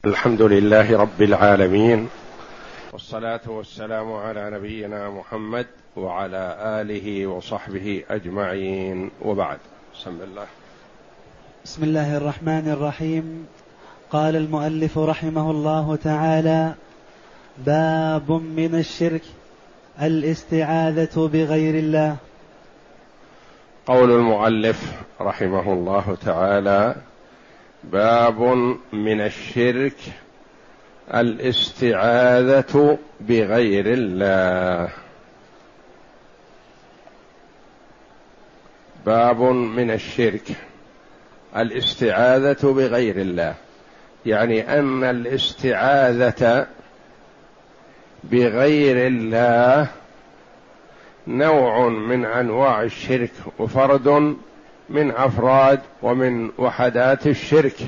الحمد لله رب العالمين، والصلاة والسلام على نبينا محمد وعلى آله وصحبه أجمعين، وبعد. بسم الله الرحمن الرحيم. قال المؤلف رحمه الله تعالى: باب من الشرك الاستعاذة بغير الله. قول المؤلف رحمه الله تعالى: باب من الشرك الاستعاذة بغير الله. باب من الشرك الاستعاذة بغير الله، يعني أن الاستعاذة بغير الله نوع من أنواع الشرك، وفرد من أفراد ومن وحدات الشرك،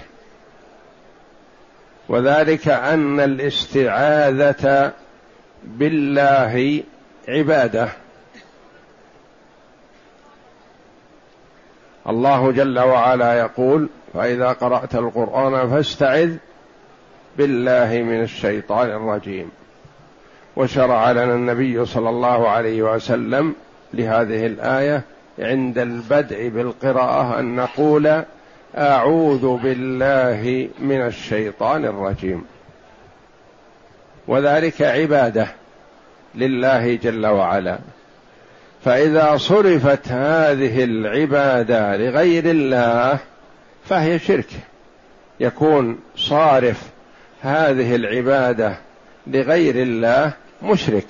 وذلك أن الاستعاذة بالله عبادة. الله جل وعلا يقول: فإذا قرأت القرآن فاستعذ بالله من الشيطان الرجيم. وشرع لنا النبي صلى الله عليه وسلم لهذه الآية عند البدء بالقراءة أن نقول: أعوذ بالله من الشيطان الرجيم، وذلك عبادة لله جل وعلا. فإذا صرفت هذه العبادة لغير الله فهي شرك، يكون صارف هذه العبادة لغير الله مشرك.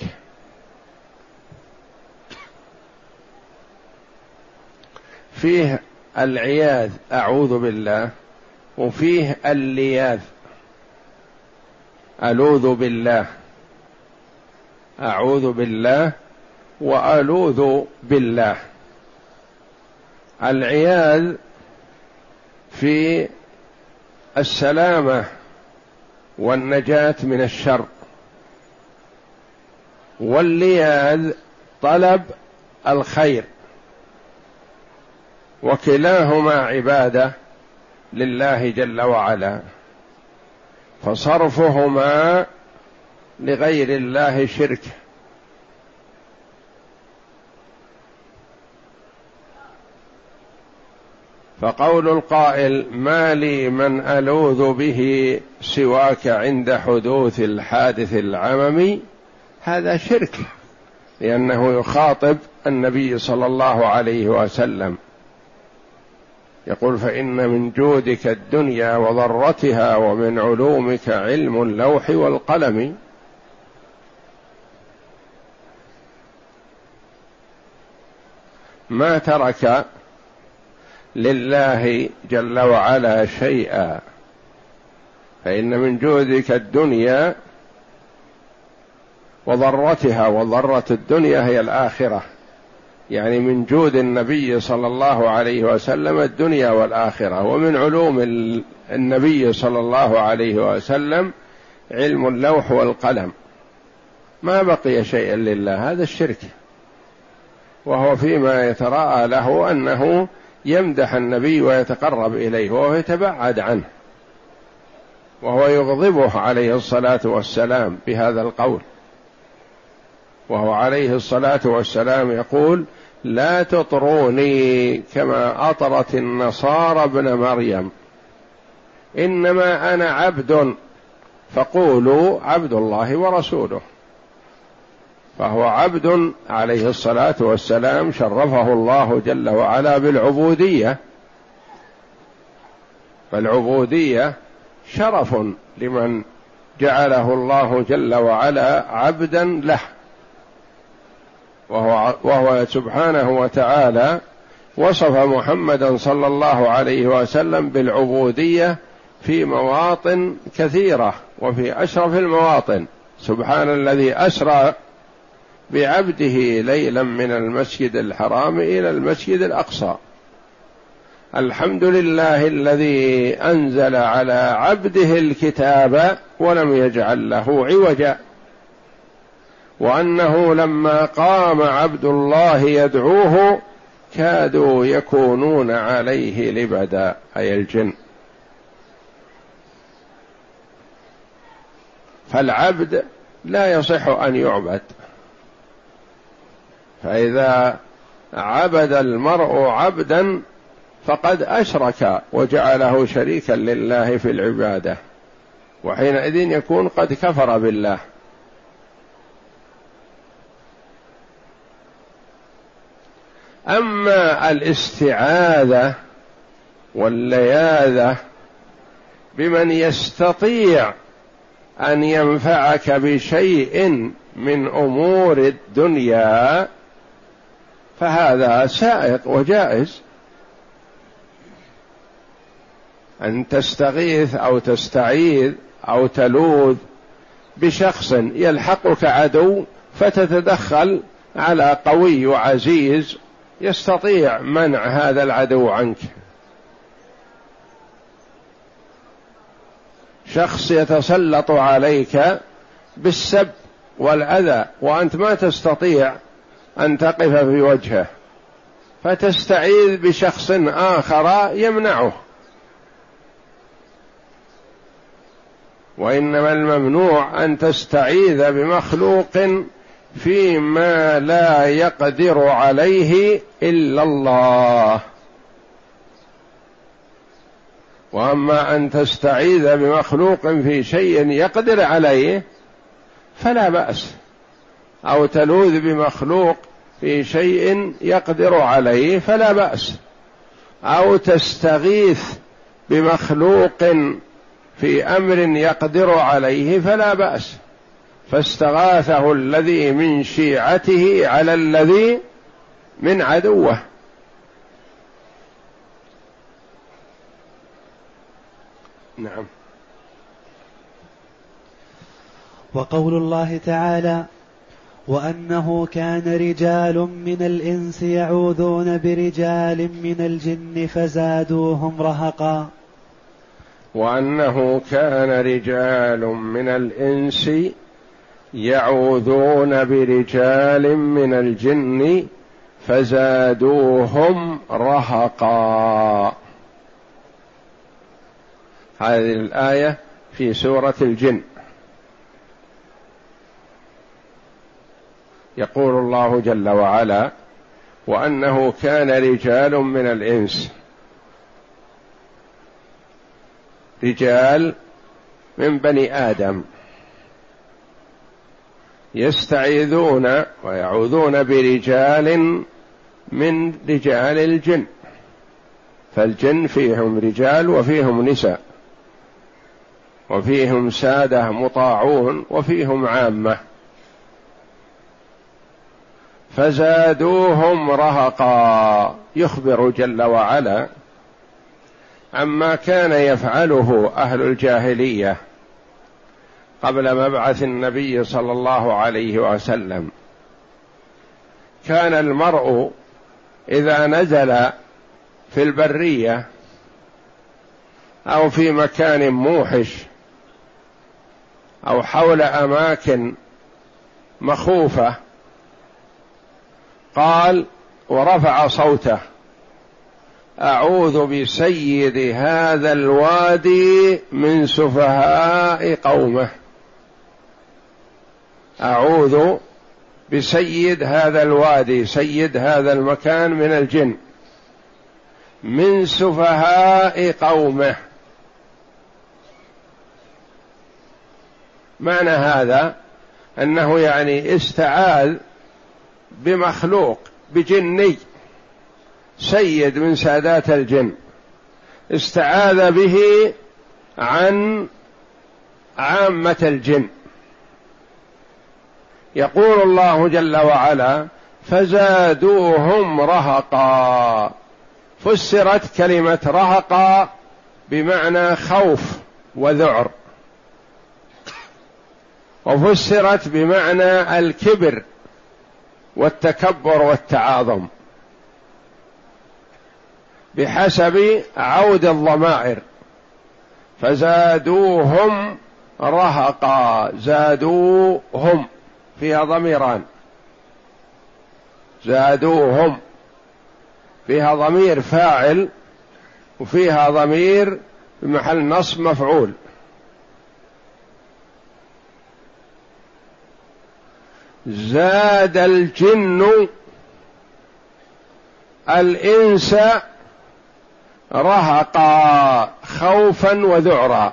فيه العياذ أعوذ بالله، وفيه اللياذ ألوذ بالله، أعوذ بالله وألوذ بالله. العياذ في السلامة والنجاة من الشر، واللياذ طلب الخير، وكلاهما عبادة لله جل وعلا، فصرفهما لغير الله شرك. فقول القائل: ما لي من ألوذ به سواك عند حدوث الحادث العممي، هذا شرك، لأنه يخاطب النبي صلى الله عليه وسلم، يقول: فإن من جودك الدنيا وضرتها ومن علومك علم اللوح والقلم. ما ترك لله جل وعلا شيئا، فإن من جودك الدنيا وضرتها، وضرة الدنيا هي الآخرة، يعني من جود النبي صلى الله عليه وسلم الدنيا والآخرة. ومن علوم النبي صلى الله عليه وسلم علم اللوح والقلم. ما بقي شيء لله، هذا الشرك، وهو فيما يتراءى له أنه يمدح النبي ويتقرب إليه وهو يتبعد عنه، وهو يغضبه عليه الصلاة والسلام بهذا القول. وهو عليه الصلاة والسلام يقول: لا تطروني كما أطرت النصارى ابن مريم، إنما أنا عبد فقولوا عبد الله ورسوله. فهو عبد عليه الصلاة والسلام، شرفه الله جل وعلا بالعبودية، فالعبودية شرف لمن جعله الله جل وعلا عبدا له. وهو سبحانه وتعالى وصف محمدا صلى الله عليه وسلم بالعبودية في مواطن كثيرة، وفي أشرف المواطن: سبحان الذي أسرى بعبده ليلا من المسجد الحرام إلى المسجد الأقصى. الحمد لله الذي أنزل على عبده الكتاب ولم يجعل له عوجا، وأنه لما قام عبد الله يدعوه كادوا يكونون عليه لبدا، أي الجن. فالعبد لا يصح أن يعبد. فإذا عبد المرء عبدا فقد أشرك وجعله شريكا لله في العبادة، وحينئذ يكون قد كفر بالله. أما الاستعاذة واللياذة بمن يستطيع أن ينفعك بشيء من أمور الدنيا فهذا سائق وجائز، أن تستغيث أو تستعيذ أو تلوذ بشخص يلحقك عدو فتتدخل على قوي وعزيز يستطيع منع هذا العدو عنك. شخص يتسلط عليك بالسب والأذى وأنت ما تستطيع أن تقف في وجهه فتستعيذ بشخص آخر يمنعه. وإنما الممنوع أن تستعيذ بمخلوق فيما لا يقدر عليه إلا الله، وأما أن تستعيذ بمخلوق في شيء يقدر عليه فلا بأس، أو تلوذ بمخلوق في شيء يقدر عليه فلا بأس، أو تستغيث بمخلوق في أمر يقدر عليه فلا بأس. فاستغاثه الذي من شيعته على الذي من عدوه. نعم. وقول الله تعالى: وأنه كان رجال من الإنس يعوذون برجال من الجن فزادوهم رهقا. وأنه كان رجال من الإنس يعوذون برجال من الجن فزادوهم رهقا. هذه الآية في سورة الجن. يقول الله جل وعلا: وأنه كان رجال من الإنس، رجال من بني آدم يستعيذون ويعوذون برجال من رجال الجن، فالجن فيهم رجال وفيهم نساء، وفيهم سادة مطاعون وفيهم عامة. فزادوهم رهقا، يخبر جل وعلا عما كان يفعله أهل الجاهلية قبل مبعث النبي صلى الله عليه وسلم. كان المرء إذا نزل في البرية أو في مكان موحش أو حول أماكن مخوفة قال ورفع صوته: أعوذ بسيد هذا الوادي من سفهاء قومه. أعوذ بسيد هذا الوادي، سيد هذا المكان من الجن، من سفهاء قومه. معنى هذا أنه يعني استعاذ بمخلوق، بجني سيد من سادات الجن، استعاذ به عن عامة الجن. يقول الله جل وعلا: فزادوهم رهقا. فسرت كلمة رهقا بمعنى خوف وذعر، وفسرت بمعنى الكبر والتكبر والتعاظم بحسب عود الضمائر. فزادوهم رهقا، زادوهم فيها ضميران، زادوهم فيها ضمير فاعل وفيها ضمير بمحل نصب مفعول. زاد الجن الإنس رهقا خوفا وذعرا.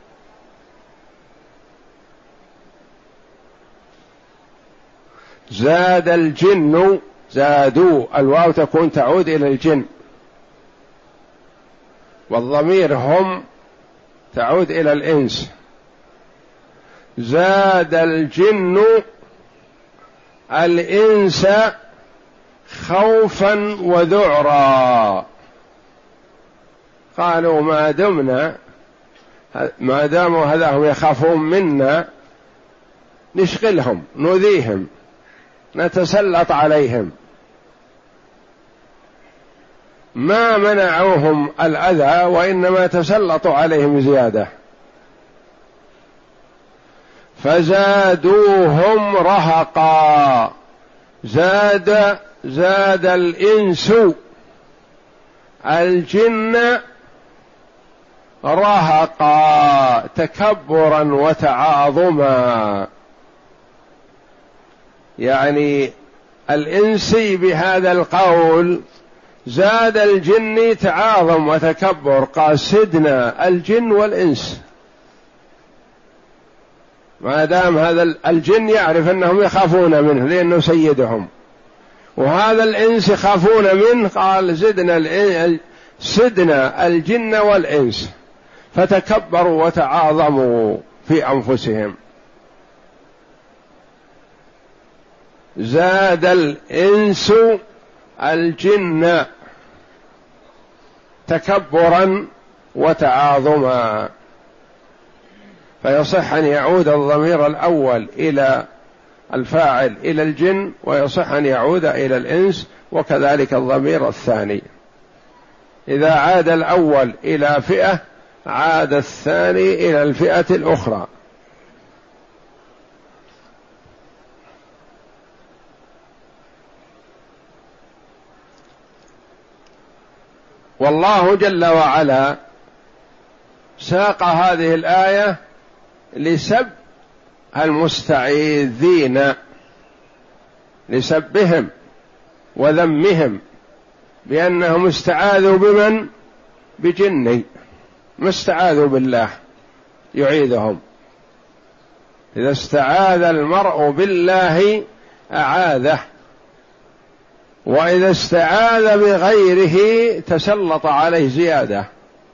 زاد الجن، زادوا، الواو تكون تعود إلى الجن، والضمير هم تعود إلى الإنس. زاد الجن الإنس خوفا وذعرا. قالوا ما داموا هذا هم يخافون منا نشغلهم، نؤذيهم، نتسلط عليهم. ما منعوهم الأذى وإنما تسلطوا عليهم زيادة. فزادوهم رهقا. زاد الإنس الجن رهقا تكبرا وتعاظما. يعني الإنسي بهذا القول زاد الجن تعاظم وتكبر، قال سدنا الجن والإنس. ما دام هذا الجن يعرف أنهم يخافون منه لأنه سيدهم، وهذا الإنس يخافون منه، قال سدنا الجن والإنس، فتكبروا وتعاظموا في أنفسهم. زاد الإنس الجن تكبرا وتعاظما. فيصح أن يعود الضمير الأول إلى الفاعل إلى الجن، ويصح أن يعود إلى الإنس، وكذلك الضمير الثاني. إذا عاد الأول إلى فئة عاد الثاني إلى الفئة الأخرى. والله جل وعلا ساق هذه الآية لسب المستعيذين، لسبهم وذمهم بأنهم استعاذوا بمن؟ بجني، ما استعاذوا بالله يعيذهم. إذا استعاذ المرء بالله أعاذه، وإذا استعاذ بغيره تسلط عليه زيادة.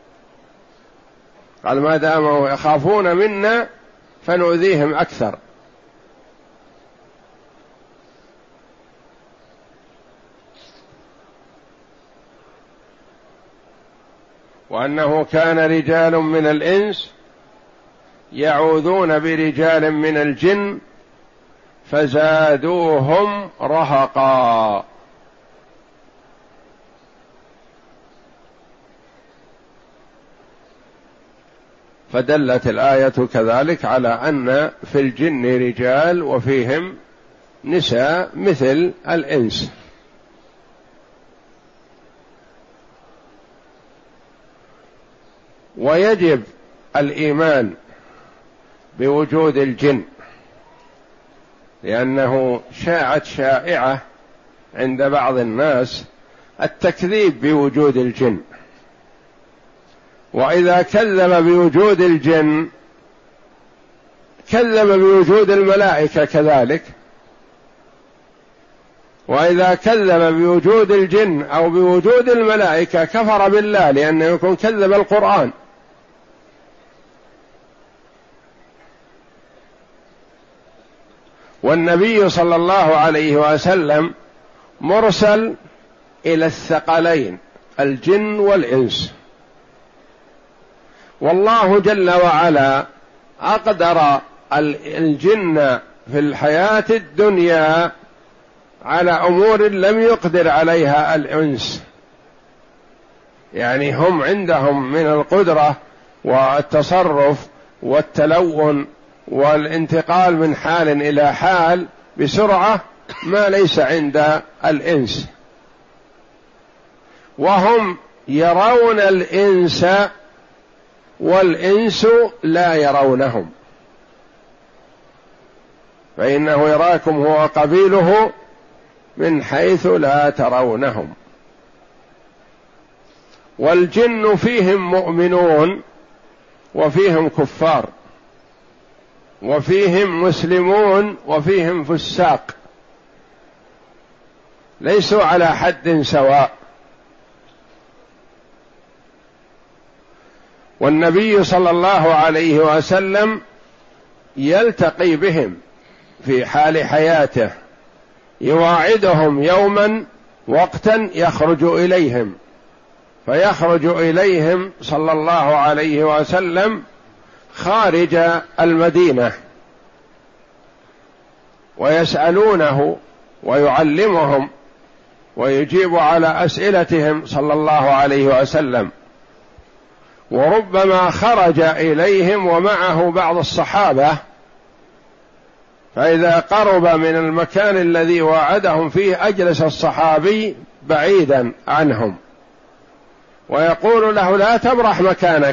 قال ما داموا يخافون منا فنؤذيهم أكثر. وأنه كان رجال من الإنس يعوذون برجال من الجن فزادوهم رهقا. فدلت الآية كذلك على أن في الجن رجال وفيهم نساء مثل الإنس. ويجب الإيمان بوجود الجن، لأنه شاعت شائعة عند بعض الناس التكذيب بوجود الجن، وإذا كذب بوجود الجن كذب بوجود الملائكة كذلك، وإذا كذب بوجود الجن أو بوجود الملائكة كفر بالله، لأنه يكون كذب القرآن. والنبي صلى الله عليه وسلم مرسل إلى الثقلين الجن والإنس، والله جل وعلا أقدر الجن في الحياة الدنيا على أمور لم يقدر عليها الإنس. يعني هم عندهم من القدرة والتصرف والتلون والانتقال من حال إلى حال بسرعة ما ليس عند الإنس، وهم يرون الإنس والإنس لا يرونهم. فإنه يراكم هو وقبيله من حيث لا ترونهم. والجن فيهم مؤمنون وفيهم كفار، وفيهم مسلمون وفيهم فساق، ليسوا على حد سواء. والنبي صلى الله عليه وسلم يلتقي بهم في حال حياته، يواعدهم يوما وقتا يخرج إليهم، فيخرج إليهم صلى الله عليه وسلم خارج المدينة ويسألونه ويعلمهم ويجيب على أسئلتهم صلى الله عليه وسلم. وربما خرج إليهم ومعه بعض الصحابة، فإذا قرب من المكان الذي وعدهم فيه أجلس الصحابي بعيدا عنهم ويقول له: لا تبرح مكانك،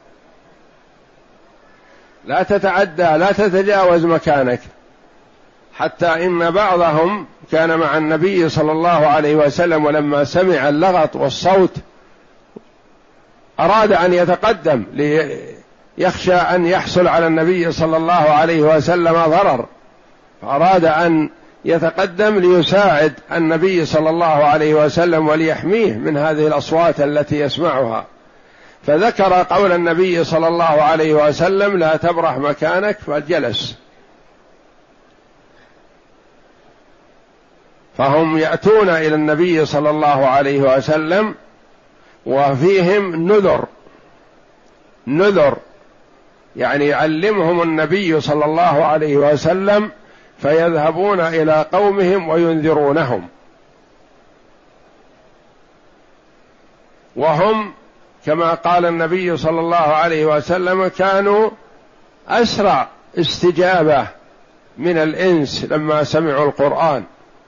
لا تتعدى، لا تتجاوز مكانك. حتى إن بعضهم كان مع النبي صلى الله عليه وسلم، ولما سمع اللغط والصوت أراد أن يتقدم ليخشى أن يحصل على النبي صلى الله عليه وسلم ضرر، فأراد أن يتقدم ليساعد النبي صلى الله عليه وسلم وليحميه من هذه الأصوات التي يسمعها، فذكر قول النبي صلى الله عليه وسلم: لا تبرح مكانك، فجلس. فهم يأتون إلى النبي صلى الله عليه وسلم وفيهم نذر، يعني يعلمهم النبي صلى الله عليه وسلم، فيذهبون إلى قومهم وينذرونهم. وهم كما قال النبي صلى الله عليه وسلم كانوا أسرع استجابة من الإنس لما سمعوا القرآن،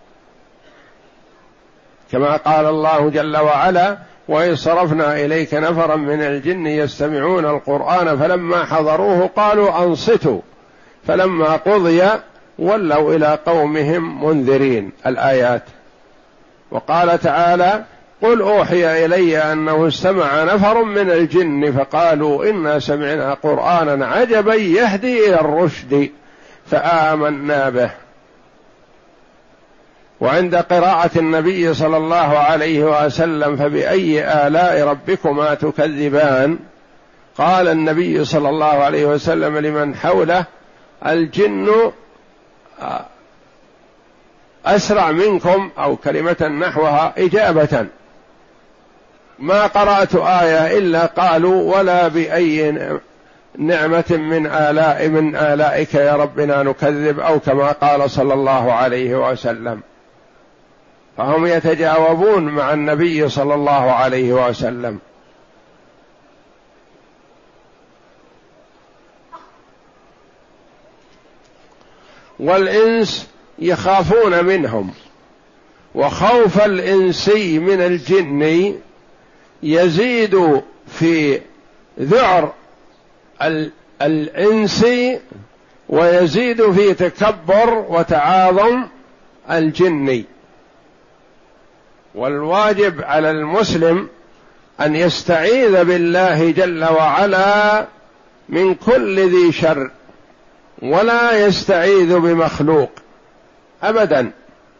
كما قال الله جل وعلا: وإذ صرفنا إليك نفرا من الجن يستمعون القرآن فلما حضروه قالوا أنصتوا فلما قضي ولوا إلى قومهم منذرين. الآيات. وقال تعالى: قل أوحي إلي أنه استمع نفر من الجن فقالوا إنا سمعنا قرآنا عجبا يهدي إلى الرشد فآمنا به. وعند قراءة النبي صلى الله عليه وسلم: فبأي آلاء ربكما تكذبان، قال النبي صلى الله عليه وسلم لمن حوله: الجن أسرع منكم، أو كلمة نحوها إجابة، ما قرأت آية إلا قالوا: ولا بأي نعمة من آلائك يا ربنا نكذب، أو كما قال صلى الله عليه وسلم. فهم يتجاوبون مع النبي صلى الله عليه وسلم. والإنس يخافون منهم، وخوف الإنسي من الجن يزيد في ذعر الإنسي ويزيد في تكبر وتعاظم الجن. والواجب على المسلم أن يستعيذ بالله جل وعلا من كل ذي شر، ولا يستعيذ بمخلوق أبدا،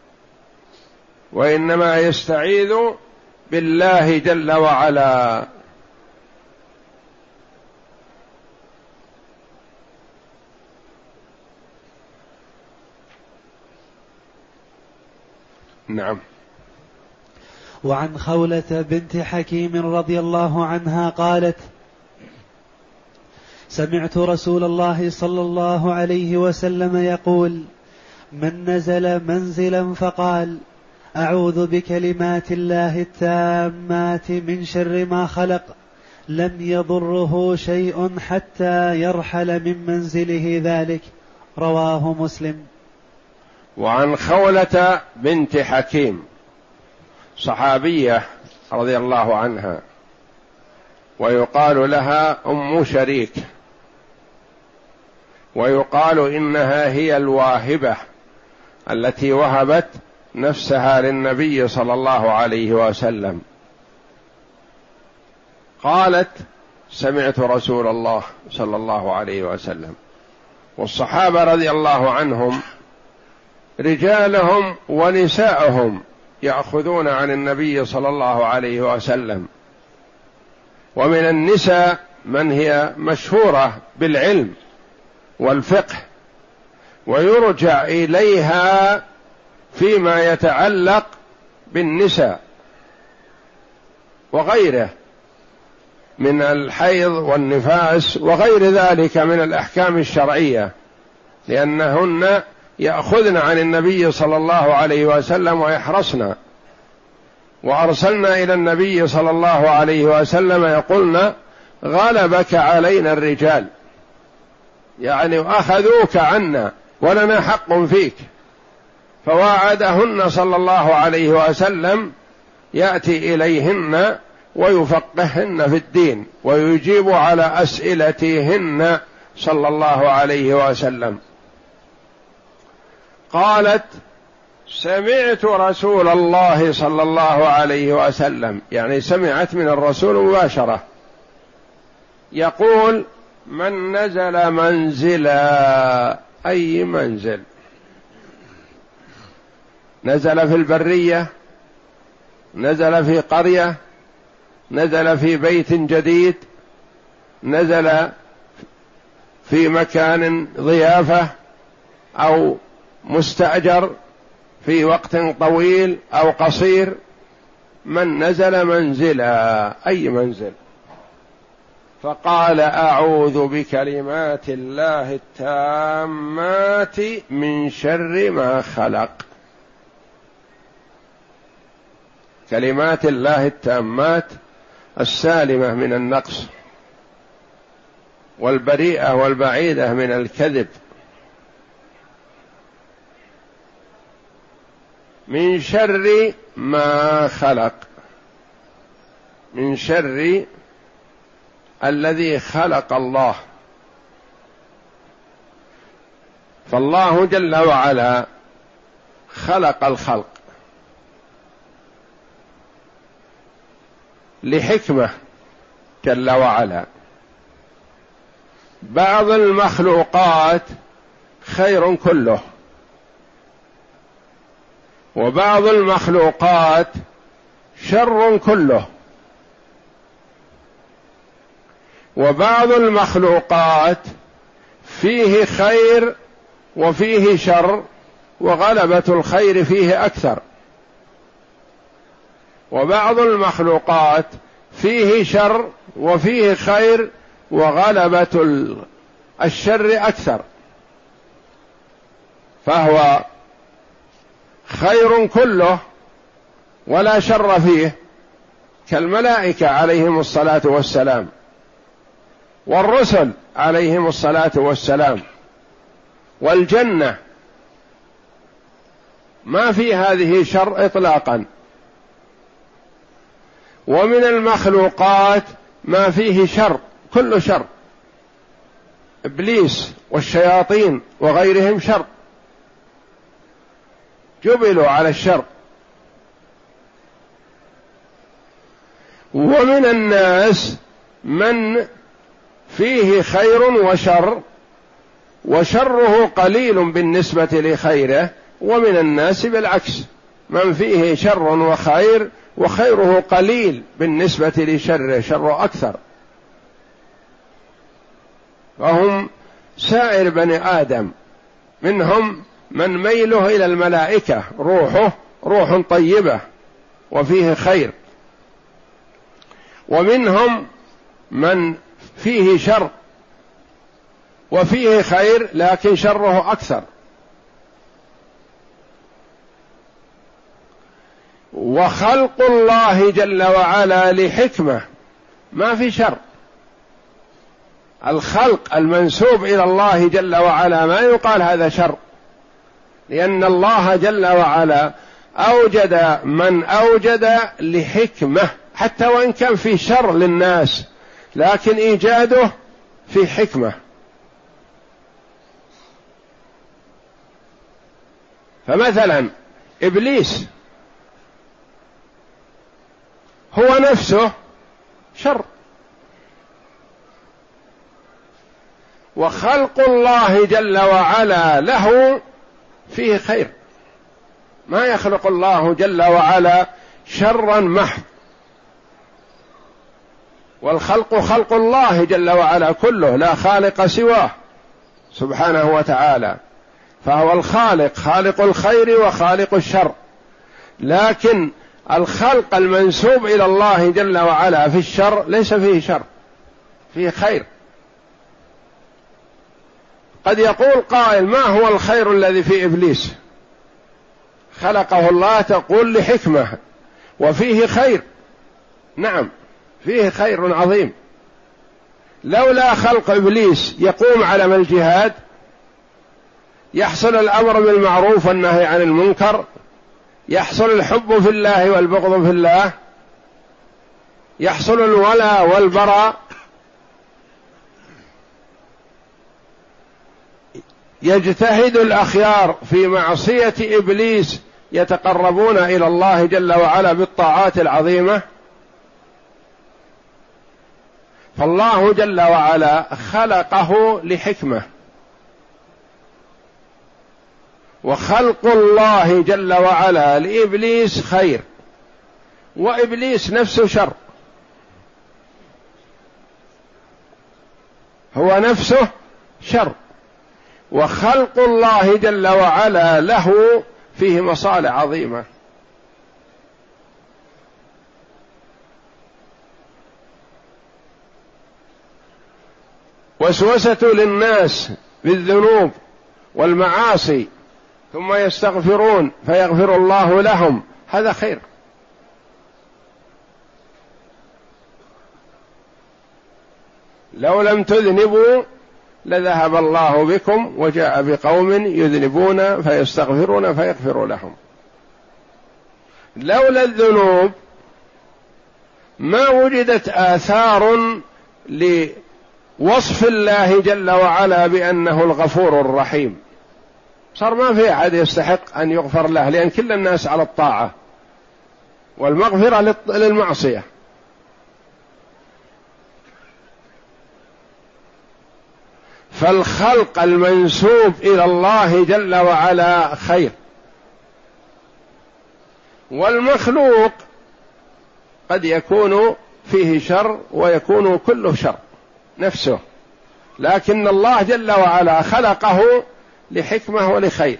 وإنما يستعيذ بالله جل وعلا. نعم. وعن خولة بنت حكيم رضي الله عنها قالت: سمعت رسول الله صلى الله عليه وسلم يقول: من نزل منزلا فقال: أعوذ بكلمات الله التامات من شر ما خلق، لم يضره شيء حتى يرحل من منزله ذلك. رواه مسلم. وعن خولة بنت حكيم صحابية رضي الله عنها، ويقال لها أم شريك، ويقال إنها هي الواهبة التي وهبت نفسها للنبي صلى الله عليه وسلم. قالت: سمعت رسول الله صلى الله عليه وسلم. والصحابة رضي الله عنهم رجالهم ونساءهم يأخذون عن النبي صلى الله عليه وسلم، ومن النساء من هي مشهورة بالعلم والفقه ويرجع إليها فيما يتعلق بالنساء وغيره من الحيض والنفاس وغير ذلك من الأحكام الشرعية، لأنهن يأخذن عن النبي صلى الله عليه وسلم ويحرصن. وأرسلنا إلى النبي صلى الله عليه وسلم يقولن: غلبك علينا الرجال، يعني أخذوك عنا ولنا حق فيك. فواعدهن صلى الله عليه وسلم يأتي إليهن ويفقهن في الدين ويجيب على أسئلتهن صلى الله عليه وسلم. قالت: سمعت رسول الله صلى الله عليه وسلم، يعني سمعت من الرسول مباشرة، يقول: من نزل منزلا، أي منزل، نزل في البرية، نزل في قرية، نزل في بيت جديد، نزل في مكان ضيافة أو مستأجر في وقت طويل أو قصير، من نزل منزلا، أي منزل. فقال: أعوذ بكلمات الله التامات من شر ما خلق. كلمات الله التامات السالمة من النقص والبريئة والبعيدة من الكذب، من شر ما خلق، من شر الذي خلق الله. فالله جل وعلا خلق الخلق لحكمة جل وعلا. بعض المخلوقات خير كله، وبعض المخلوقات شر كله، وبعض المخلوقات فيه خير وفيه شر وغلبة الخير فيه أكثر، وبعض المخلوقات فيه شر وفيه خير وغلبة الشر أكثر. فهو خير كله ولا شر فيه، كالملائكة عليهم الصلاة والسلام والرسل عليهم الصلاة والسلام والجنة، ما في هذه شر إطلاقا. ومن المخلوقات ما فيه شر، كل شر، إبليس والشياطين وغيرهم شر، جبلوا على الشر. ومن الناس من فيه خير وشر، وشره قليل بالنسبة لخيره، ومن الناس بالعكس، من فيه شر وخير وخيره قليل بالنسبة لشره، شر أكثر. وهم سائر بني آدم، منهم من ميله إلى الملائكة، روحه روح طيبة وفيه خير، ومنهم من فيه شر وفيه خير لكن شره أكثر. وخلق الله جل وعلا لحكمة، ما في شر. الخلق المنسوب إلى الله جل وعلا ما يقال هذا شر، لأن الله جل وعلا أوجد من أوجد لحكمة، حتى وإن كان في شر للناس لكن إيجاده في حكمة. فمثلا إبليس هو نفسه شر، وخلق الله جل وعلا له فيه خير. ما يخلق الله جل وعلا شرا محض، والخلق خلق الله جل وعلا كله، لا خالق سواه سبحانه وتعالى، فهو الخالق، خالق الخير وخالق الشر. لكن الخلق المنسوب إلى الله جل وعلا في الشر ليس فيه شر، فيه خير. قد يقول قائل: ما هو الخير الذي في إبليس؟ خلقه الله تقول لحكمة وفيه خير. نعم، فيه خير عظيم. لولا خلق إبليس يقوم علم الجهاد، يحصل الأمر بالمعروف والنهي عن المنكر، يحصل الحب في الله والبغض في الله، يحصل الولاء والبراء، يجتهد الأخيار في معصية إبليس يتقربون إلى الله جل وعلا بالطاعات العظيمة. فالله جل وعلا خلقه لحكمة، وخلق الله جل وعلا لإبليس خير، وإبليس نفسه شر، هو نفسه شر، وخلق الله جل وعلا له فيه مصالح عظيمة. وسوسة للناس بالذنوب والمعاصي ثم يستغفرون فيغفر الله لهم، هذا خير. لو لم تذنبوا لذهب الله بكم وجاء بقوم يذنبون فيستغفرون فيغفر لهم. لولا الذنوب ما وجدت آثار لوصف الله جل وعلا بأنه الغفور الرحيم، صار ما في أحد يستحق أن يغفر له، لأن كل الناس على الطاعة والمغفرة للمعصية. فالخلق المنسوب إلى الله جل وعلا خير، والمخلوق قد يكون فيه شر ويكون كله شر نفسه، لكن الله جل وعلا خلقه لحكمة ولخير.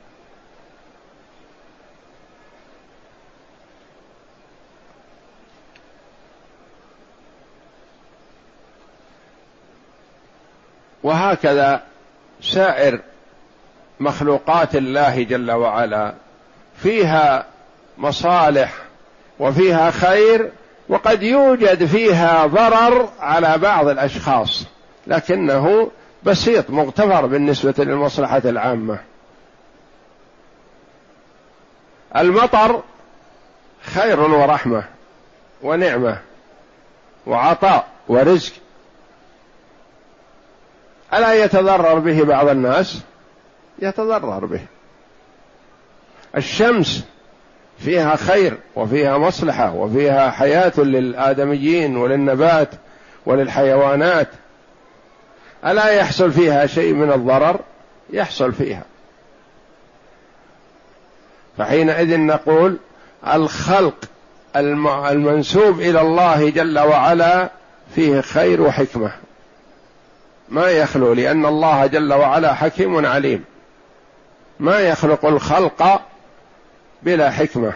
وهكذا سائر مخلوقات الله جل وعلا فيها مصالح وفيها خير، وقد يوجد فيها ضرر على بعض الأشخاص، لكنه بسيط مغتفر بالنسبة للمصلحة العامة. المطر خير ورحمة ونعمة وعطاء ورزق، ألا يتضرر به بعض الناس؟ يتضرر به. الشمس فيها خير وفيها مصلحة وفيها حياة للآدميين وللنبات وللحيوانات، ألا يحصل فيها شيء من الضرر؟ يحصل فيها. فحينئذ نقول الخلق المنسوب إلى الله جل وعلا فيه خير وحكمة، ما يخلو، لأن الله جل وعلا حكيم عليم، ما يخلق الخلق بلا حكمة.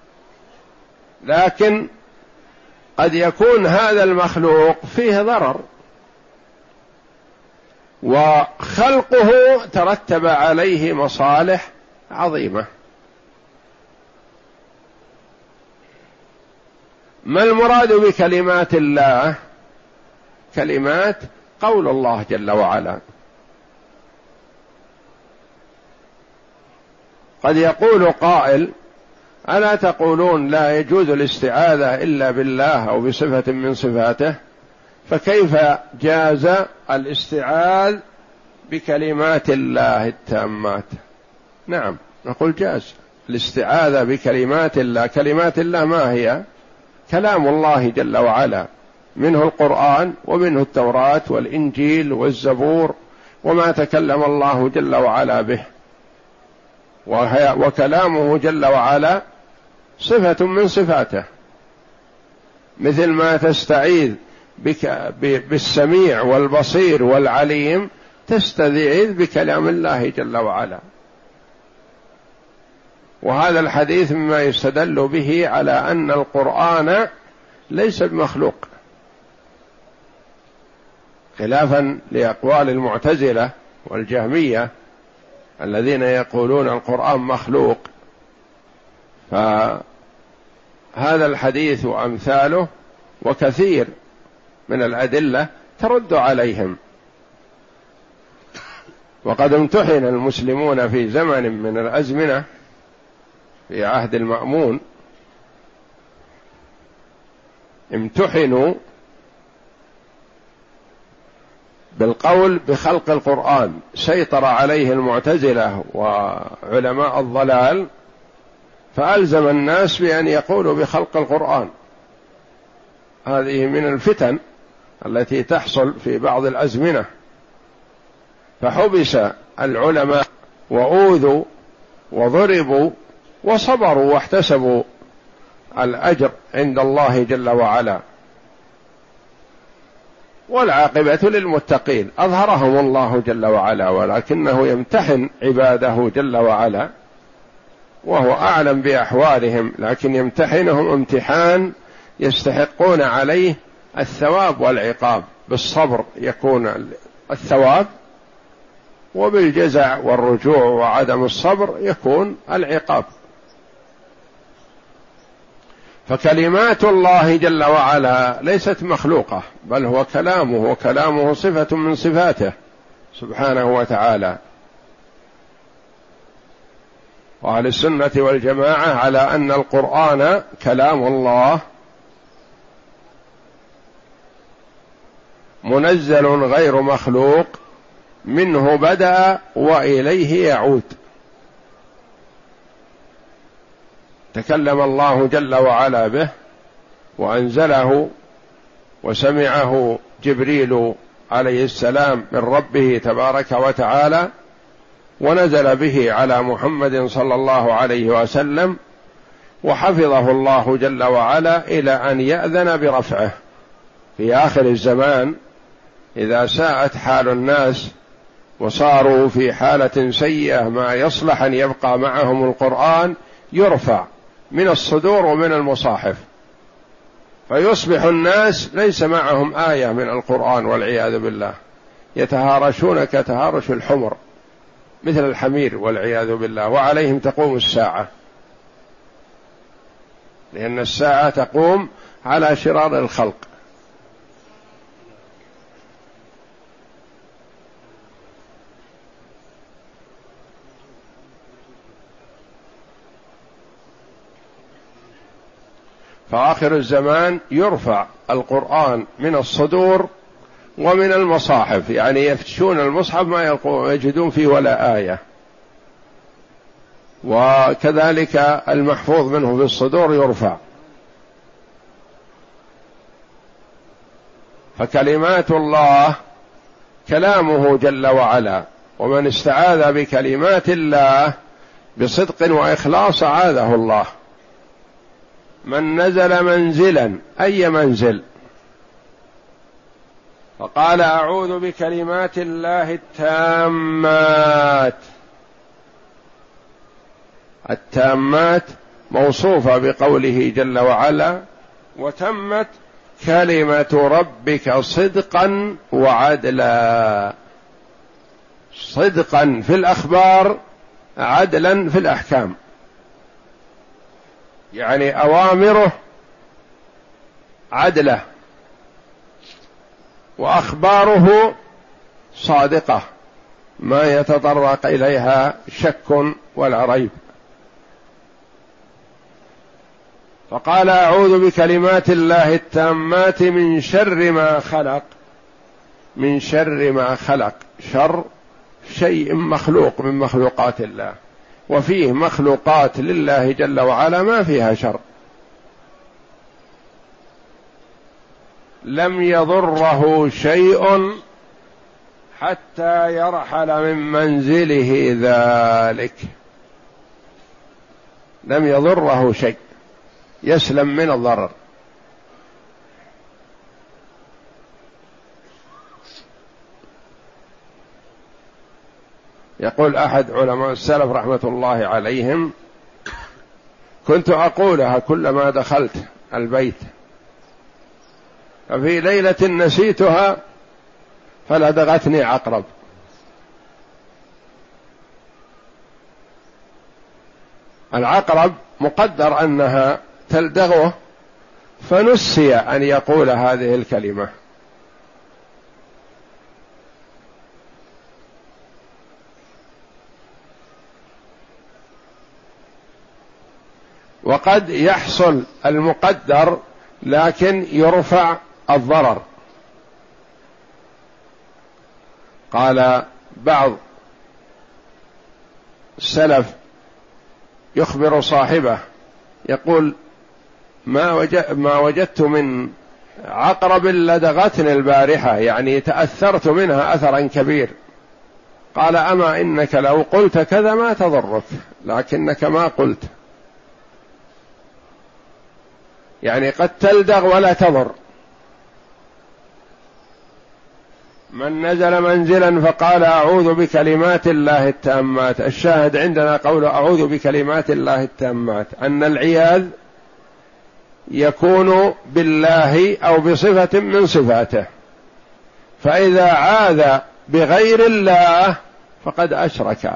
لكن قد يكون هذا المخلوق فيه ضرر، وخلقه ترتب عليه مصالح عظيمة. ما المراد بكلمات الله؟ كلمات قول الله جل وعلا. قد يقول قائل: ألا تقولون لا يجوز الاستعاذة إلا بالله أو بصفة من صفاته؟ فكيف جاز الاستعاذ بكلمات الله التامات؟ نعم، نقول جاز الاستعاذة بكلمات الله. كلمات الله ما هي؟ كلام الله جل وعلا، منه القرآن ومنه التوراة والإنجيل والزبور وما تكلم الله جل وعلا به، وكلامه جل وعلا صفة من صفاته، مثل ما تستعيذ بالسميع والبصير والعليم تستعيذ بكلام الله جل وعلا. وهذا الحديث مما يستدل به على أن القرآن ليس بمخلوق، خلافا لأقوال المعتزلة والجهمية الذين يقولون القرآن مخلوق. فهذا الحديث وأمثاله وكثير من الأدلة ترد عليهم. وقد امتحن المسلمون في زمن من الأزمنة في عهد المأمون، امتحنوا بالقول بخلق القرآن، سيطر عليه المعتزلة وعلماء الضلال فألزم الناس بأن يقولوا بخلق القرآن. هذه من الفتن التي تحصل في بعض الأزمنة، فحبس العلماء وأوذوا وضربوا وصبروا واحتسبوا الأجر عند الله جل وعلا. والعاقبة للمتقين، أظهرهم الله جل وعلا، ولكنه يمتحن عباده جل وعلا وهو أعلم بأحوالهم، لكن يمتحنهم امتحان يستحقون عليه الثواب والعقاب. بالصبر يكون الثواب، وبالجزع والرجوع وعدم الصبر يكون العقاب. فكلمات الله جل وعلا ليست مخلوقة، بل هو كلامه، وكلامه صفة من صفاته سبحانه وتعالى. وأهل السنة والجماعة على أن القرآن كلام الله منزل غير مخلوق، منه بدأ وإليه يعود. تكلم الله جل وعلا به وأنزله وسمعه جبريل عليه السلام من ربه تبارك وتعالى، ونزل به على محمد صلى الله عليه وسلم، وحفظه الله جل وعلا إلى أن يأذن برفعه في آخر الزمان. إذا ساءت حال الناس وصاروا في حالة سيئة ما يصلح أن يبقى معهم القرآن، يرفع من الصدور ومن المصاحف، فيصبح الناس ليس معهم آية من القرآن والعياذ بالله، يتهارشون كتهارش الحمر مثل الحمير والعياذ بالله، وعليهم تقوم الساعة، لأن الساعة تقوم على شرار الخلق. فآخر الزمان يرفع القرآن من الصدور ومن المصاحف، يعني يفتشون المصحف ما يجدون فيه ولا آية، وكذلك المحفوظ منه في الصدور يرفع. فكلمات الله كلامه جل وعلا، ومن استعاذ بكلمات الله بصدق وإخلاص أعاذه الله. من نزل منزلا، أي منزل، فقال أعوذ بكلمات الله التامات. التامات موصوفة بقوله جل وعلا: وتمت كلمة ربك صدقا وعدلا. صدقا في الأخبار، عدلا في الأحكام، يعني أوامره عدلة وأخباره صادقة ما يتطرق إليها شك ولا ريب. فقال أعوذ بكلمات الله التامات من شر ما خلق. من شر ما خلق، شر شيء مخلوق من مخلوقات الله، وفيه مخلوقات لله جل وعلا ما فيها شر، لم يضره شيء حتى يرحل من منزله ذلك، لم يضره شيء، يسلم من الضرر. يقول أحد علماء السلف رحمة الله عليهم: كنت أقولها كلما دخلت البيت، ففي ليلة نسيتها فلدغتني عقرب. العقرب مقدر أنها تلدغه، فنسي أن يقول هذه الكلمة. وقد يحصل المقدر لكن يرفع الضرر. قال بعض السلف يخبر صاحبه يقول: ما وجدت من عقرب لدغتني البارحة، يعني تأثرت منها أثرا كبير. قال: أما إنك لو قلت كذا ما تضرك، لكنك ما قلت، يعني قد تلدغ ولا تضر. من نزل منزلا فقال أعوذ بكلمات الله التامات، الشاهد عندنا قول أعوذ بكلمات الله التامات، أن العياذ يكون بالله أو بصفة من صفاته، فإذا عاذ بغير الله فقد أشرك،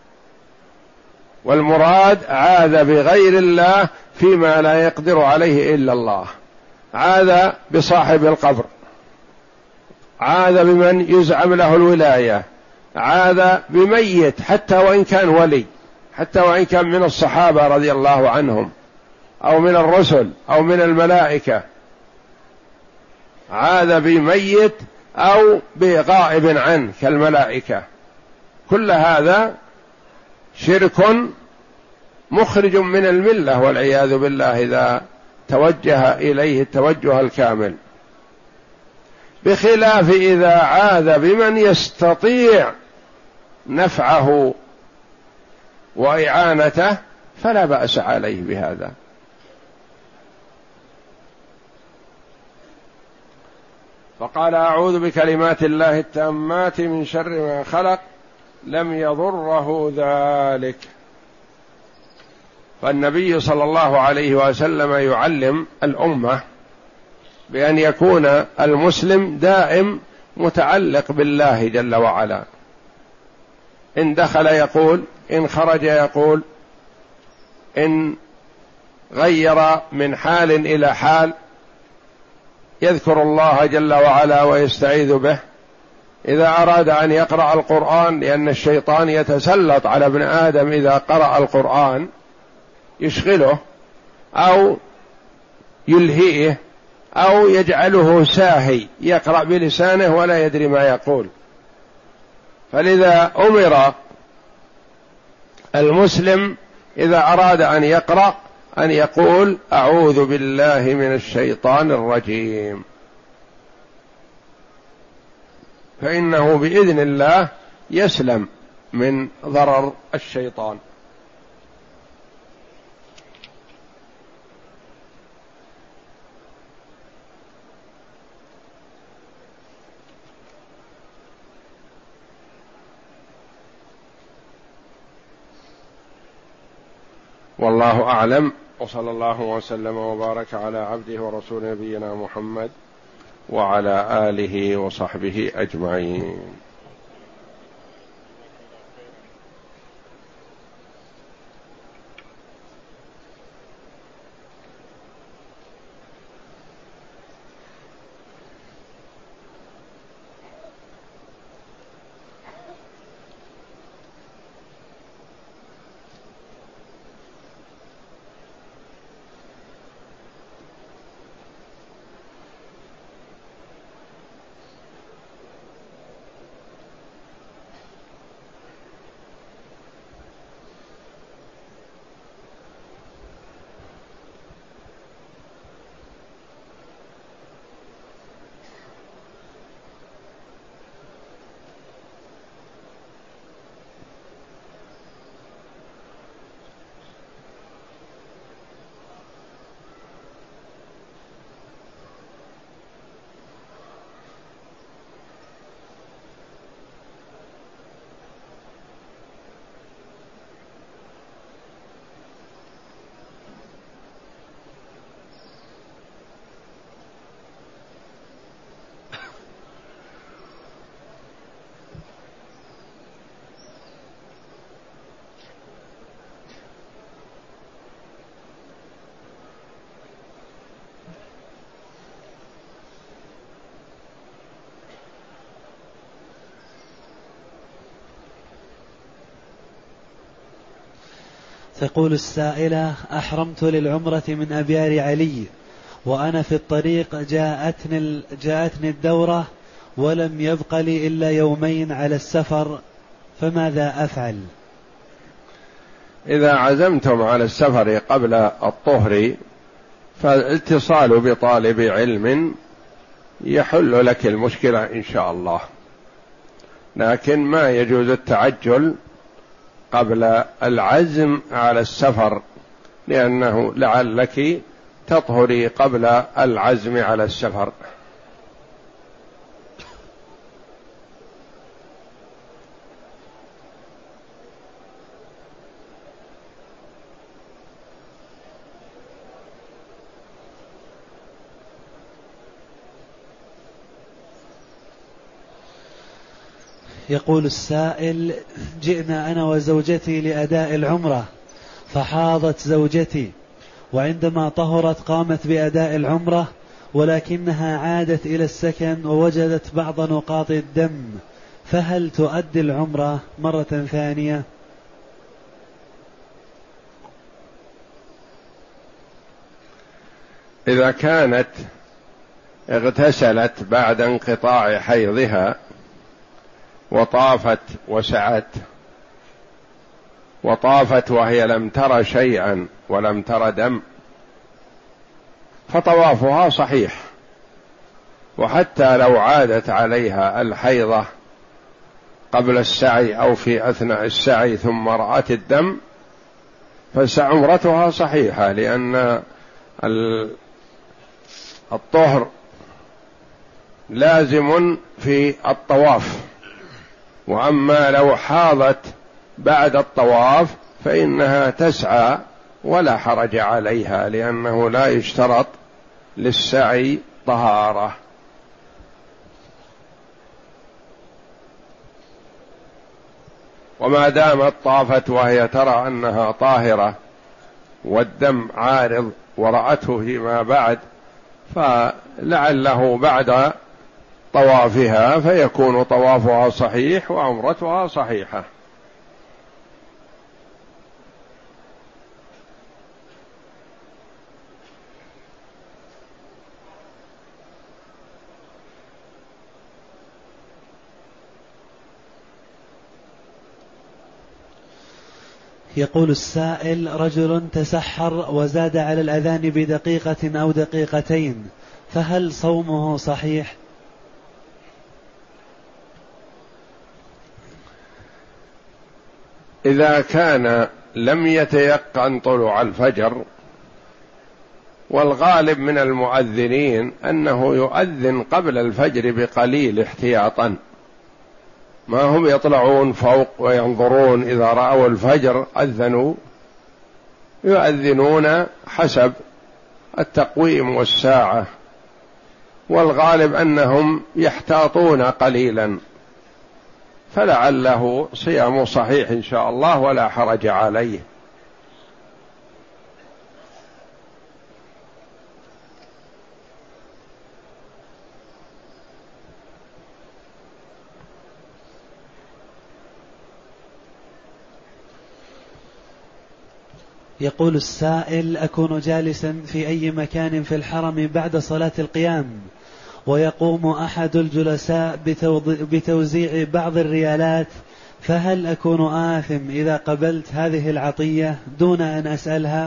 والمراد عاذ بغير الله فيما لا يقدر عليه إلا الله، عاذ بصاحب القبر، عاذ بمن يزعم له الولاية، عاذ بميت حتى وإن كان ولي، حتى وإن كان من الصحابة رضي الله عنهم أو من الرسل أو من الملائكة، عاذ بميت أو بغائب عنه كالملائكة. كل هذا شرك مخرج من الملة والعياذ بالله إذا توجه إليه التوجه الكامل، بخلاف إذا عاذ بمن يستطيع نفعه وإعانته فلا بأس عليه بهذا. فقال أعوذ بكلمات الله التامات من شر ما خلق لم يضره ذلك. فالنبي صلى الله عليه وسلم يعلم الأمة بأن يكون المسلم دائم متعلق بالله جل وعلا، إن دخل يقول، إن خرج يقول، إن غير من حال إلى حال يذكر الله جل وعلا ويستعيذ به. إذا أراد أن يقرأ القرآن، لأن الشيطان يتسلط على ابن آدم إذا قرأ القرآن يشغله أو يلهيه أو يجعله ساهي يقرأ بلسانه ولا يدري ما يقول. فلذا أمر المسلم إذا أراد أن يقرأ أن يقول أعوذ بالله من الشيطان الرجيم، فإنه بإذن الله يسلم من ضرر الشيطان. والله أعلم، وصلى الله وسلم وبارك على عبده ورسول نبينا محمد وعلى آله وصحبه أجمعين. تقول السائلة: أحرمت للعمرة من أبيار علي، وأنا في الطريق جاءتني الدورة، ولم يبق لي إلا يومين على السفر، فماذا أفعل؟ إذا عزمتم على السفر قبل الطهر فالاتصال بطالب علم يحل لك المشكلة إن شاء الله، لكن ما يجوز التعجل قبل العزم على السفر، لأنه لعلك تطهري قبل العزم على السفر. يقول السائل: جئنا أنا وزوجتي لأداء العمرة، فحاضت زوجتي، وعندما طهرت قامت بأداء العمرة، ولكنها عادت إلى السكن ووجدت بعض نقاط الدم، فهل تؤدي العمرة مرة ثانية؟ إذا كانت اغتسلت بعد انقطاع حيضها وطافت وسعت، وطافت وهي لم تر شيئا ولم تر دم، فطوافها صحيح، وحتى لو عادت عليها الحيضة قبل السعي أو في أثناء السعي ثم رأت الدم فعمرتها صحيحة، لأن الطهر لازم في الطواف. وأما لو حاضت بعد الطواف فإنها تسعى ولا حرج عليها، لأنه لا يشترط للسعي طهارة. وما دامت طافت وهي ترى أنها طاهرة والدم عارض ورأته فيما بعد، فلعله بعد طوافها فيكون طوافها صحيح وعمرتها صحيحة. يقول السائل: رجل تسحر وزاد على الأذان بدقيقة أو دقيقتين، فهل صومه صحيح؟ إذا كان لم يتيقن طلوع الفجر، والغالب من المؤذنين أنه يؤذن قبل الفجر بقليل احتياطا، ما هم يطلعون فوق وينظرون إذا رأوا الفجر أذنوا، يؤذنون حسب التقويم والساعة، والغالب أنهم يحتاطون قليلا، فلعله صيام صحيح إن شاء الله ولا حرج عليه. يقول السائل: أكون جالسا في أي مكان في الحرم بعد صلاة القيام، ويقوم أحد الجلساء بتوزيع بعض الريالات، فهل أكون آثم إذا قبلت هذه العطية دون أن أسألها؟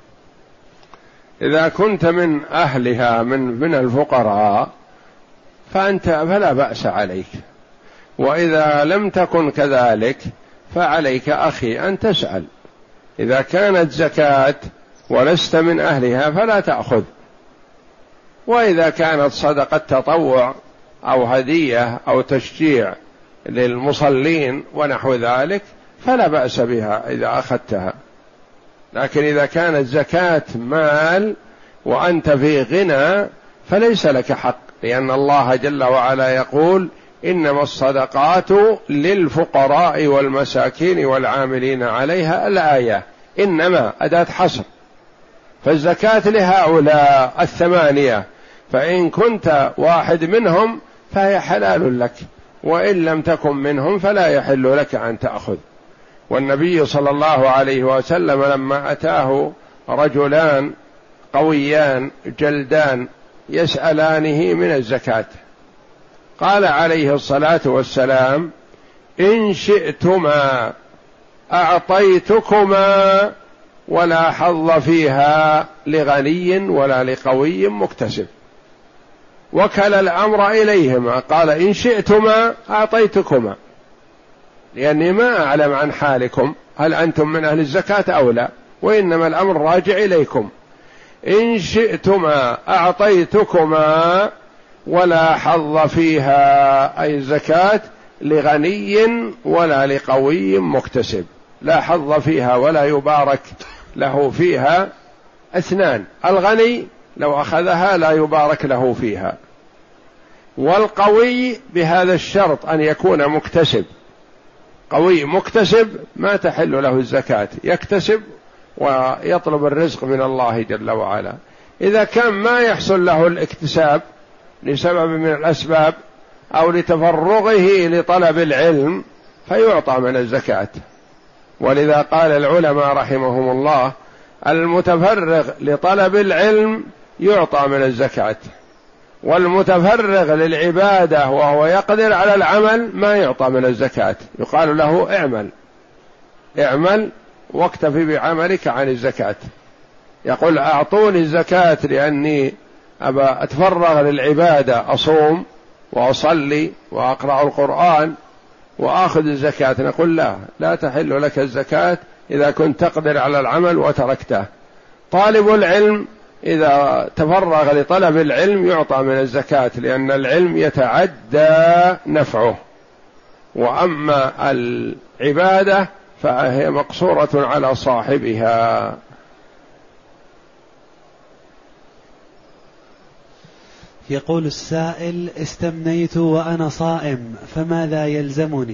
إذا كنت من أهلها من الفقراء فلا بأس عليك، وإذا لم تكن كذلك فعليك أخي أن تسأل. إذا كانت زكاة ولست من أهلها فلا تأخذ، وإذا كانت صدقة تطوع أو هدية أو تشجيع للمصلين ونحو ذلك فلا بأس بها إذا أخذتها. لكن إذا كانت زكاة مال وأنت في غنى فليس لك حق، لأن الله جل وعلا يقول: إنما الصدقات للفقراء والمساكين والعاملين عليها. الآية إنما أداة حصر، فالزكاة لهؤلاء الثمانية، فإن كنت واحد منهم فهي حلال لك، وإن لم تكن منهم فلا يحل لك أن تأخذ. والنبي صلى الله عليه وسلم لما أتاه رجلان قويان جلدان يسألانه من الزكاة قال عليه الصلاة والسلام: إن شئتما أعطيتكما ولا حظ فيها لغني ولا لقوي مكتسب. وكل الأمر إليهما، قال: إن شئتما أعطيتكما، لأني ما أعلم عن حالكم هل أنتم من أهل الزكاة أو لا، وإنما الأمر راجع إليكم. إن شئتما أعطيتكما ولا حظ فيها أي الزكاة لغني ولا لقوي مكتسب، لا حظ فيها ولا يبارك له فيها اثنان: الغني لو أخذها لا يبارك له فيها، والقوي بهذا الشرط أن يكون مكتسب. قوي مكتسب ما تحل له الزكاة، يكتسب ويطلب الرزق من الله جل وعلا. إذا كان ما يحصل له الاكتساب لسبب من الأسباب أو لتفرغه لطلب العلم فيعطى من الزكاة. ولذا قال العلماء رحمهم الله: المتفرغ لطلب العلم يعطى من الزكاة، والمتفرغ للعبادة وهو يقدر على العمل ما يعطى من الزكاة، يقال له: اعمل واكتفي بعملك عن الزكاة. يقول: أعطوني الزكاة لأني أبى أتفرغ للعبادة، أصوم وأصلي وأقرأ القرآن وآخذ الزكاة. نقول: لا تحل لك الزكاة إذا كنت تقدر على العمل وتركته. طالب العلم إذا تفرغ لطلب العلم يعطى من الزكاة، لأن العلم يتعدى نفعه، وأما العبادة فهي مقصورة على صاحبها. يقول السائل: استمنيت وأنا صائم فماذا يلزمني؟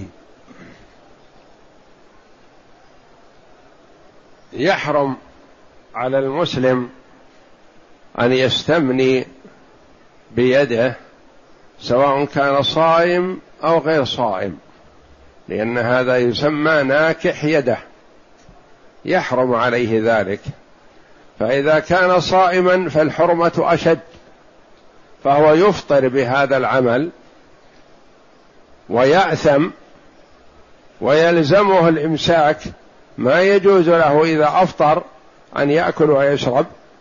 يحرم على المسلم أن يستمني بيده سواء كان صائم أو غير صائم، لأن هذا يسمى ناكح يده، يحرم عليه ذلك. فإذا كان صائما فالحرمة أشد، فهو يفطر بهذا العمل ويأثم ويلزمه الإمساك، ما يجوز له إذا أفطر أن يأكل ويشرب،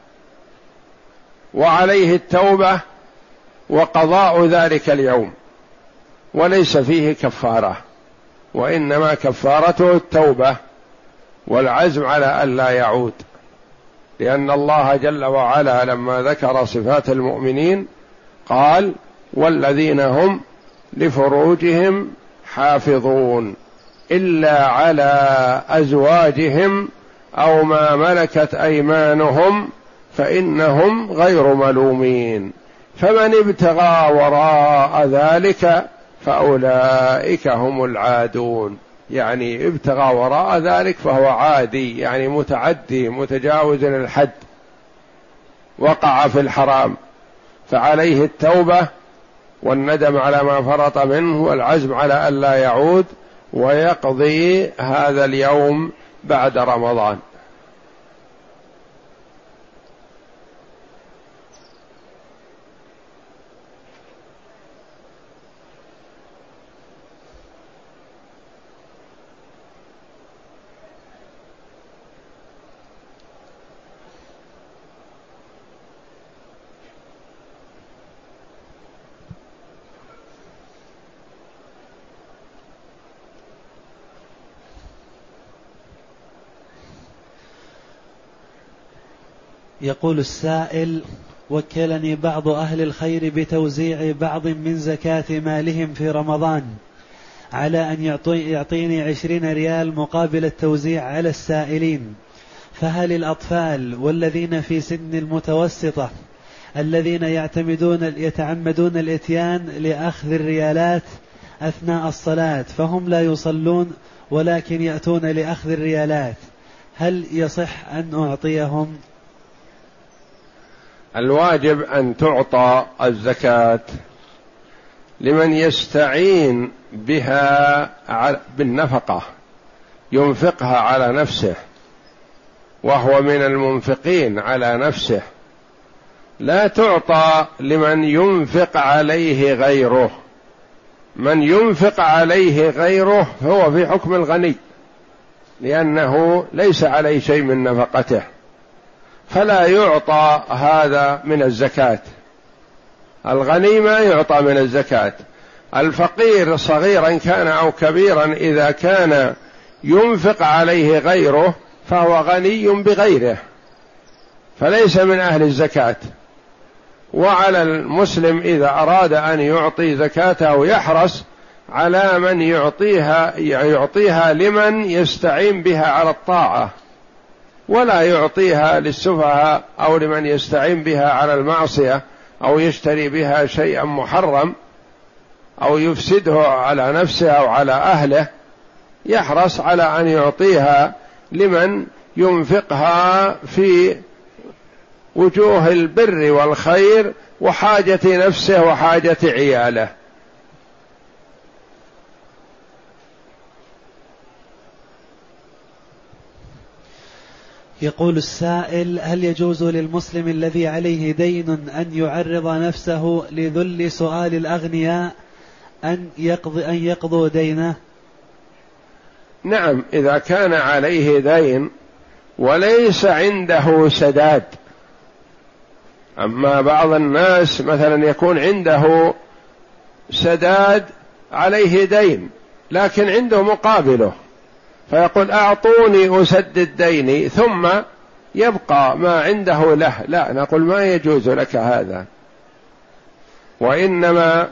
وعليه التوبة وقضاء ذلك اليوم، وليس فيه كفارة، وإنما كفارته التوبة والعزم على ألا يعود، لأن الله جل وعلا لما ذكر صفات المؤمنين قال: والذين هم لفروجهم حافظون إلا على أزواجهم أو ما ملكت أيمانهم فإنهم غير ملومين، فمن ابتغى وراء ذلك فأولئك هم العادون. يعني ابتغى وراء ذلك فهو عادي، يعني متعدي متجاوز للحد، وقع في الحرام، فعليه التوبة والندم على ما فرط منه والعزم على ألا يعود، ويقضي هذا اليوم بعد رمضان. يقول السائل: وكلني بعض أهل الخير بتوزيع بعض من زكاة مالهم في رمضان على أن يعطيني 20 ريال مقابل التوزيع على السائلين، فهل الأطفال والذين في سن المتوسطة الذين يتعمدون الإتيان لأخذ الريالات أثناء الصلاة فهم لا يصلون ولكن يأتون لأخذ الريالات، هل يصح أن أعطيهم؟ الواجب أن تعطى الزكاة لمن يستعين بها بالنفقة، ينفقها على نفسه وهو من المنفقين على نفسه، لا تعطى لمن ينفق عليه غيره. من ينفق عليه غيره هو في حكم الغني، لأنه ليس عليه شيء من نفقته، فلا يعطى هذا من الزكاة. الغني ما يعطى من الزكاة. الفقير صغيرا كان أو كبيرا إذا كان ينفق عليه غيره فهو غني بغيره، فليس من أهل الزكاة. وعلى المسلم إذا أراد أن يعطي زكاته يحرص على من يعطيها لمن يستعين بها على الطاعة، ولا يعطيها للسفهاء أو لمن يستعين بها على المعصية أو يشتري بها شيئا محرم أو يفسده على نفسه أو على أهله. يحرص على أن يعطيها لمن ينفقها في وجوه البر والخير وحاجة نفسه وحاجة عياله. يقول السائل: هل يجوز للمسلم الذي عليه دين أن يعرض نفسه لذل سؤال الأغنياء أن يقضوا دينه؟ نعم، إذا كان عليه دين وليس عنده سداد. أما بعض الناس مثلا يكون عنده سداد عليه دين لكن عنده مقابله، فيقول أعطوني أسدد ديني ثم يبقى ما عنده له. لا، نقول ما يجوز لك هذا، وإنما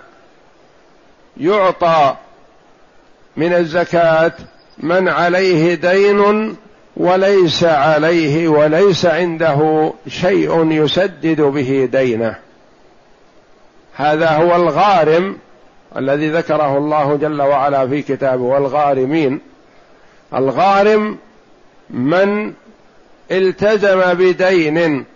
يعطى من الزكاة من عليه دين وليس عليه وليس عنده شيء يسدد به دينه. هذا هو الغارم الذي ذكره الله جل وعلا في كتابه: والغارمين. الغارم من التزم بدين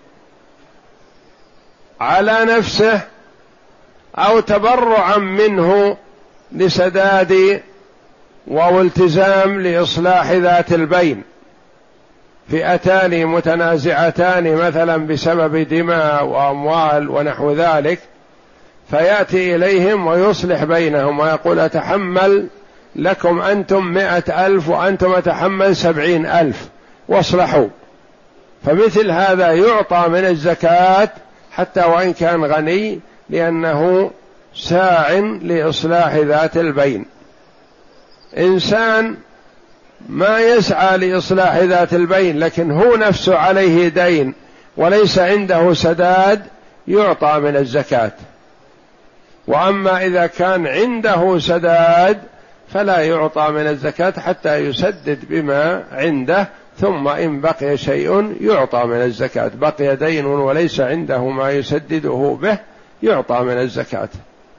على نفسه أو تبرعا منه لسداد أو التزام لإصلاح ذات البين، فئتان متنازعتان مثلا بسبب دماء وأموال ونحو ذلك، فيأتي إليهم ويصلح بينهم ويقول: أتحمل لكم أنتم 100,000 وأنتم أتحمل 70,000 واصلحوا. فمثل هذا يعطى من الزكاة حتى وإن كان غني، لأنه ساع لإصلاح ذات البين. إنسان ما يسعى لإصلاح ذات البين لكن هو نفسه عليه دين وليس عنده سداد يعطى من الزكاة. وأما إذا كان عنده سداد فلا يعطى من الزكاة حتى يسدد بما عنده، ثم إن بقي شيء يعطى من الزكاة. بقي دين وليس عنده ما يسدده به يعطى من الزكاة.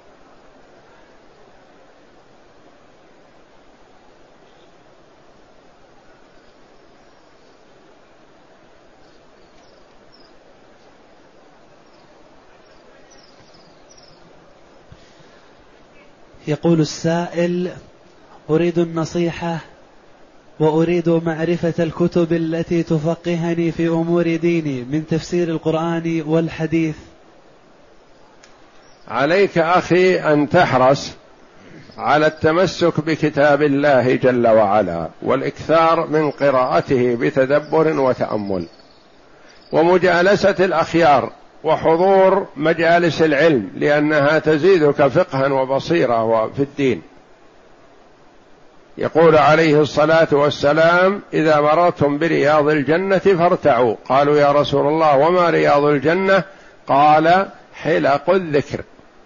يقول السائل: أريد النصيحة وأريد معرفة الكتب التي تفقهني في أمور ديني من تفسير القرآن والحديث. عليك أخي أن تحرص على التمسك بكتاب الله جل وعلا والإكثار من قراءته بتدبر وتأمل، ومجالسة الأخيار وحضور مجالس العلم، لأنها تزيدك فقها وبصيرة في الدين. يقول عليه الصلاة والسلام: إذا مررتم برياض الجنة فارتعوا. قالوا: يا رسول الله وما رياض الجنة؟ قال: حلق الذكر.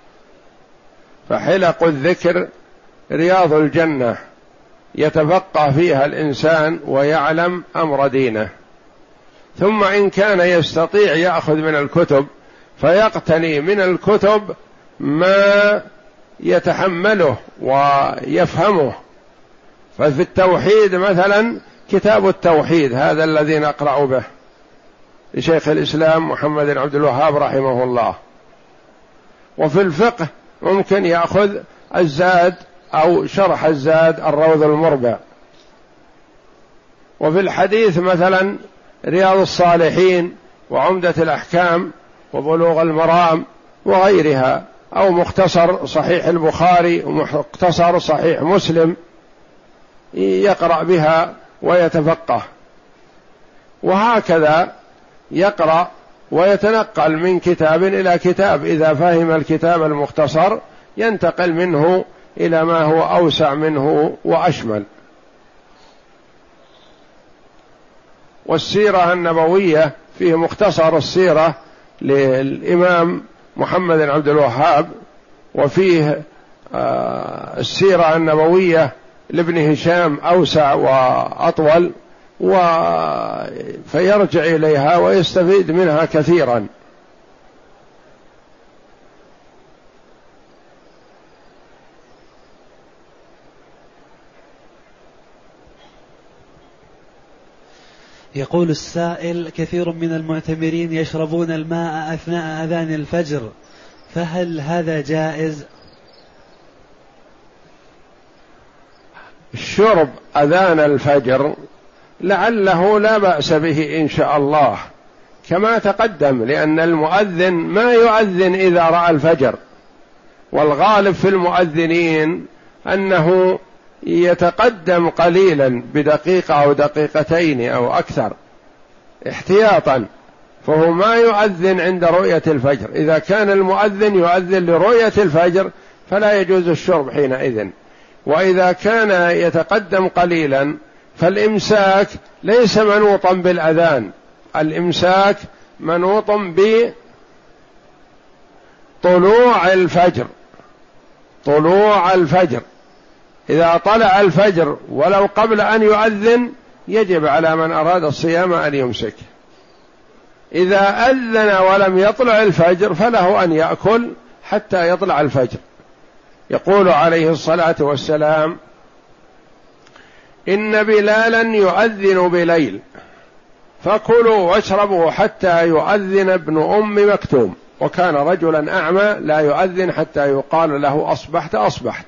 فحلق الذكر رياض الجنة، يتفقه فيها الإنسان ويعلم أمر دينه. ثم إن كان يستطيع يأخذ من الكتب فيقتني من الكتب ما يتحمله ويفهمه. ففي التوحيد مثلا كتاب التوحيد هذا الذي نقرأ به لشيخ الإسلام محمد بن عبد الوهاب رحمه الله. وفي الفقه ممكن يأخذ الزاد أو شرح الزاد الروض المربع. وفي الحديث مثلا رياض الصالحين وعمدة الأحكام وبلوغ المرام وغيرها، أو مختصر صحيح البخاري ومختصر صحيح مسلم، يقرأ بها ويتفقه. وهكذا يقرأ ويتنقل من كتاب إلى كتاب، إذا فهم الكتاب المختصر ينتقل منه إلى ما هو أوسع منه وأشمل. والسيرة النبوية فيه مختصر السيرة للإمام محمد بن عبد الوهاب، وفيه السيرة النبوية لابن هشام أوسع وأطول، فيرجع إليها ويستفيد منها كثيرا. يقول السائل: كثير من المعتمرين يشربون الماء أثناء أذان الفجر، فهل هذا جائز؟ شرب أذان الفجر لعله لا بأس به إن شاء الله، كما تقدم، لأن المؤذن ما يؤذن إذا رأى الفجر، والغالب في المؤذنين أنه يتقدم قليلا بدقيقة أو دقيقتين أو أكثر احتياطا، فهو ما يؤذن عند رؤية الفجر. إذا كان المؤذن يؤذن لرؤية الفجر فلا يجوز الشرب حينئذ. وإذا كان يتقدم قليلا فالإمساك ليس منوطا بالأذان، الإمساك منوط بطلوع الفجر. طلوع الفجر، إذا طلع الفجر ولو قبل أن يؤذن يجب على من أراد الصيام أن يمسك. إذا أذن ولم يطلع الفجر فله أن يأكل حتى يطلع الفجر. يقول عليه الصلاة والسلام: إن بلالا يؤذن بليل فكلوا واشربوا حتى يؤذن ابن أم مكتوم، وكان رجلا أعمى لا يؤذن حتى يقال له أصبحت أصبحت.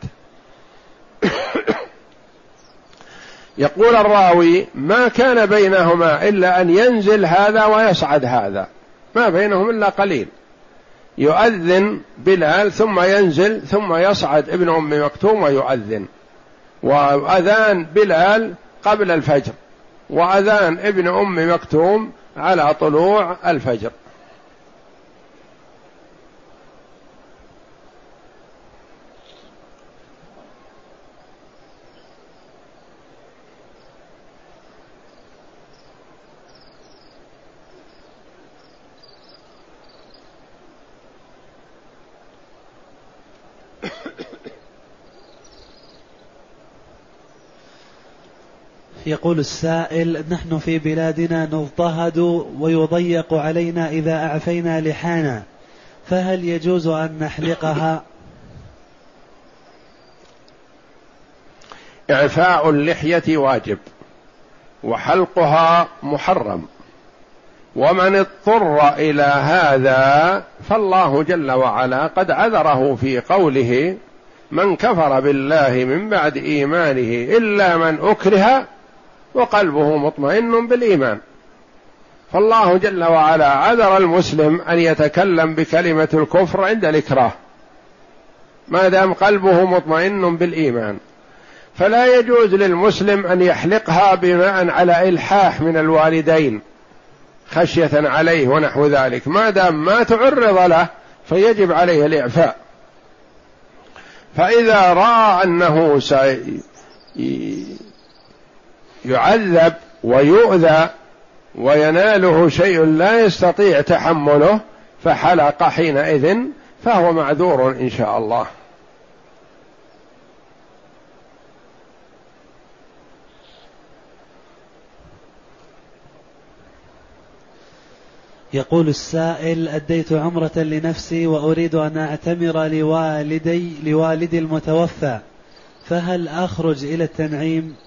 يقول الراوي: ما كان بينهما إلا أن ينزل هذا ويصعد هذا، ما بينهم إلا قليل، يؤذن بلال ثم ينزل ثم يصعد ابن أم مكتوم ويؤذن. وأذان بلال قبل الفجر، وأذان ابن أم مكتوم على طلوع الفجر. يقول السائل: نحن في بلادنا نضطهد ويضيق علينا إذا أعفينا لحانا، فهل يجوز أن نحلقها؟ إعفاء اللحية واجب، وحلقها محرم، ومن اضطر إلى هذا فالله جل وعلا قد عذره في قوله: من كفر بالله من بعد إيمانه إلا من أكره وقلبه مطمئن بالإيمان. فالله جل وعلا عذر المسلم أن يتكلم بكلمة الكفر عند الإكراه ما دام قلبه مطمئن بالإيمان، فلا يجوز للمسلم أن يحلقها بناء على إلحاح من الوالدين خشية عليه ونحو ذلك، ما دام ما تعرض له فيجب عليه الإعفاء. فإذا رأى أنه يعذب ويؤذى ويناله شيء لا يستطيع تحمله فحلق حينئذ فهو معذور إن شاء الله. يقول السائل: أديت عمرة لنفسي وأريد أن أعتمر لوالدي المتوفى، فهل أخرج إلى التنعيم؟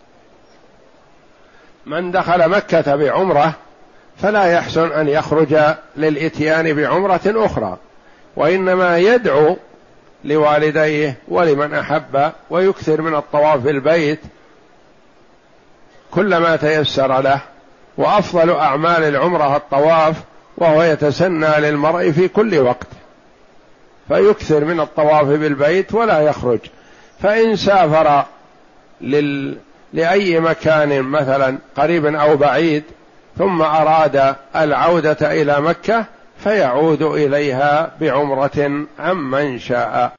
من دخل مكة بعمرة فلا يحسن أن يخرج للإتيان بعمرة أخرى، وإنما يدعو لوالديه ولمن أحب ويكثر من الطواف بالبيت كلما تيسر له، وأفضل أعمال العمرة الطواف، وهو يتسنى للمرء في كل وقت، فيكثر من الطواف بالبيت ولا يخرج. فإن سافر لأي مكان مثلا قريب أو بعيد ثم أراد العودة إلى مكة فيعود إليها بعمرة عمن شاء.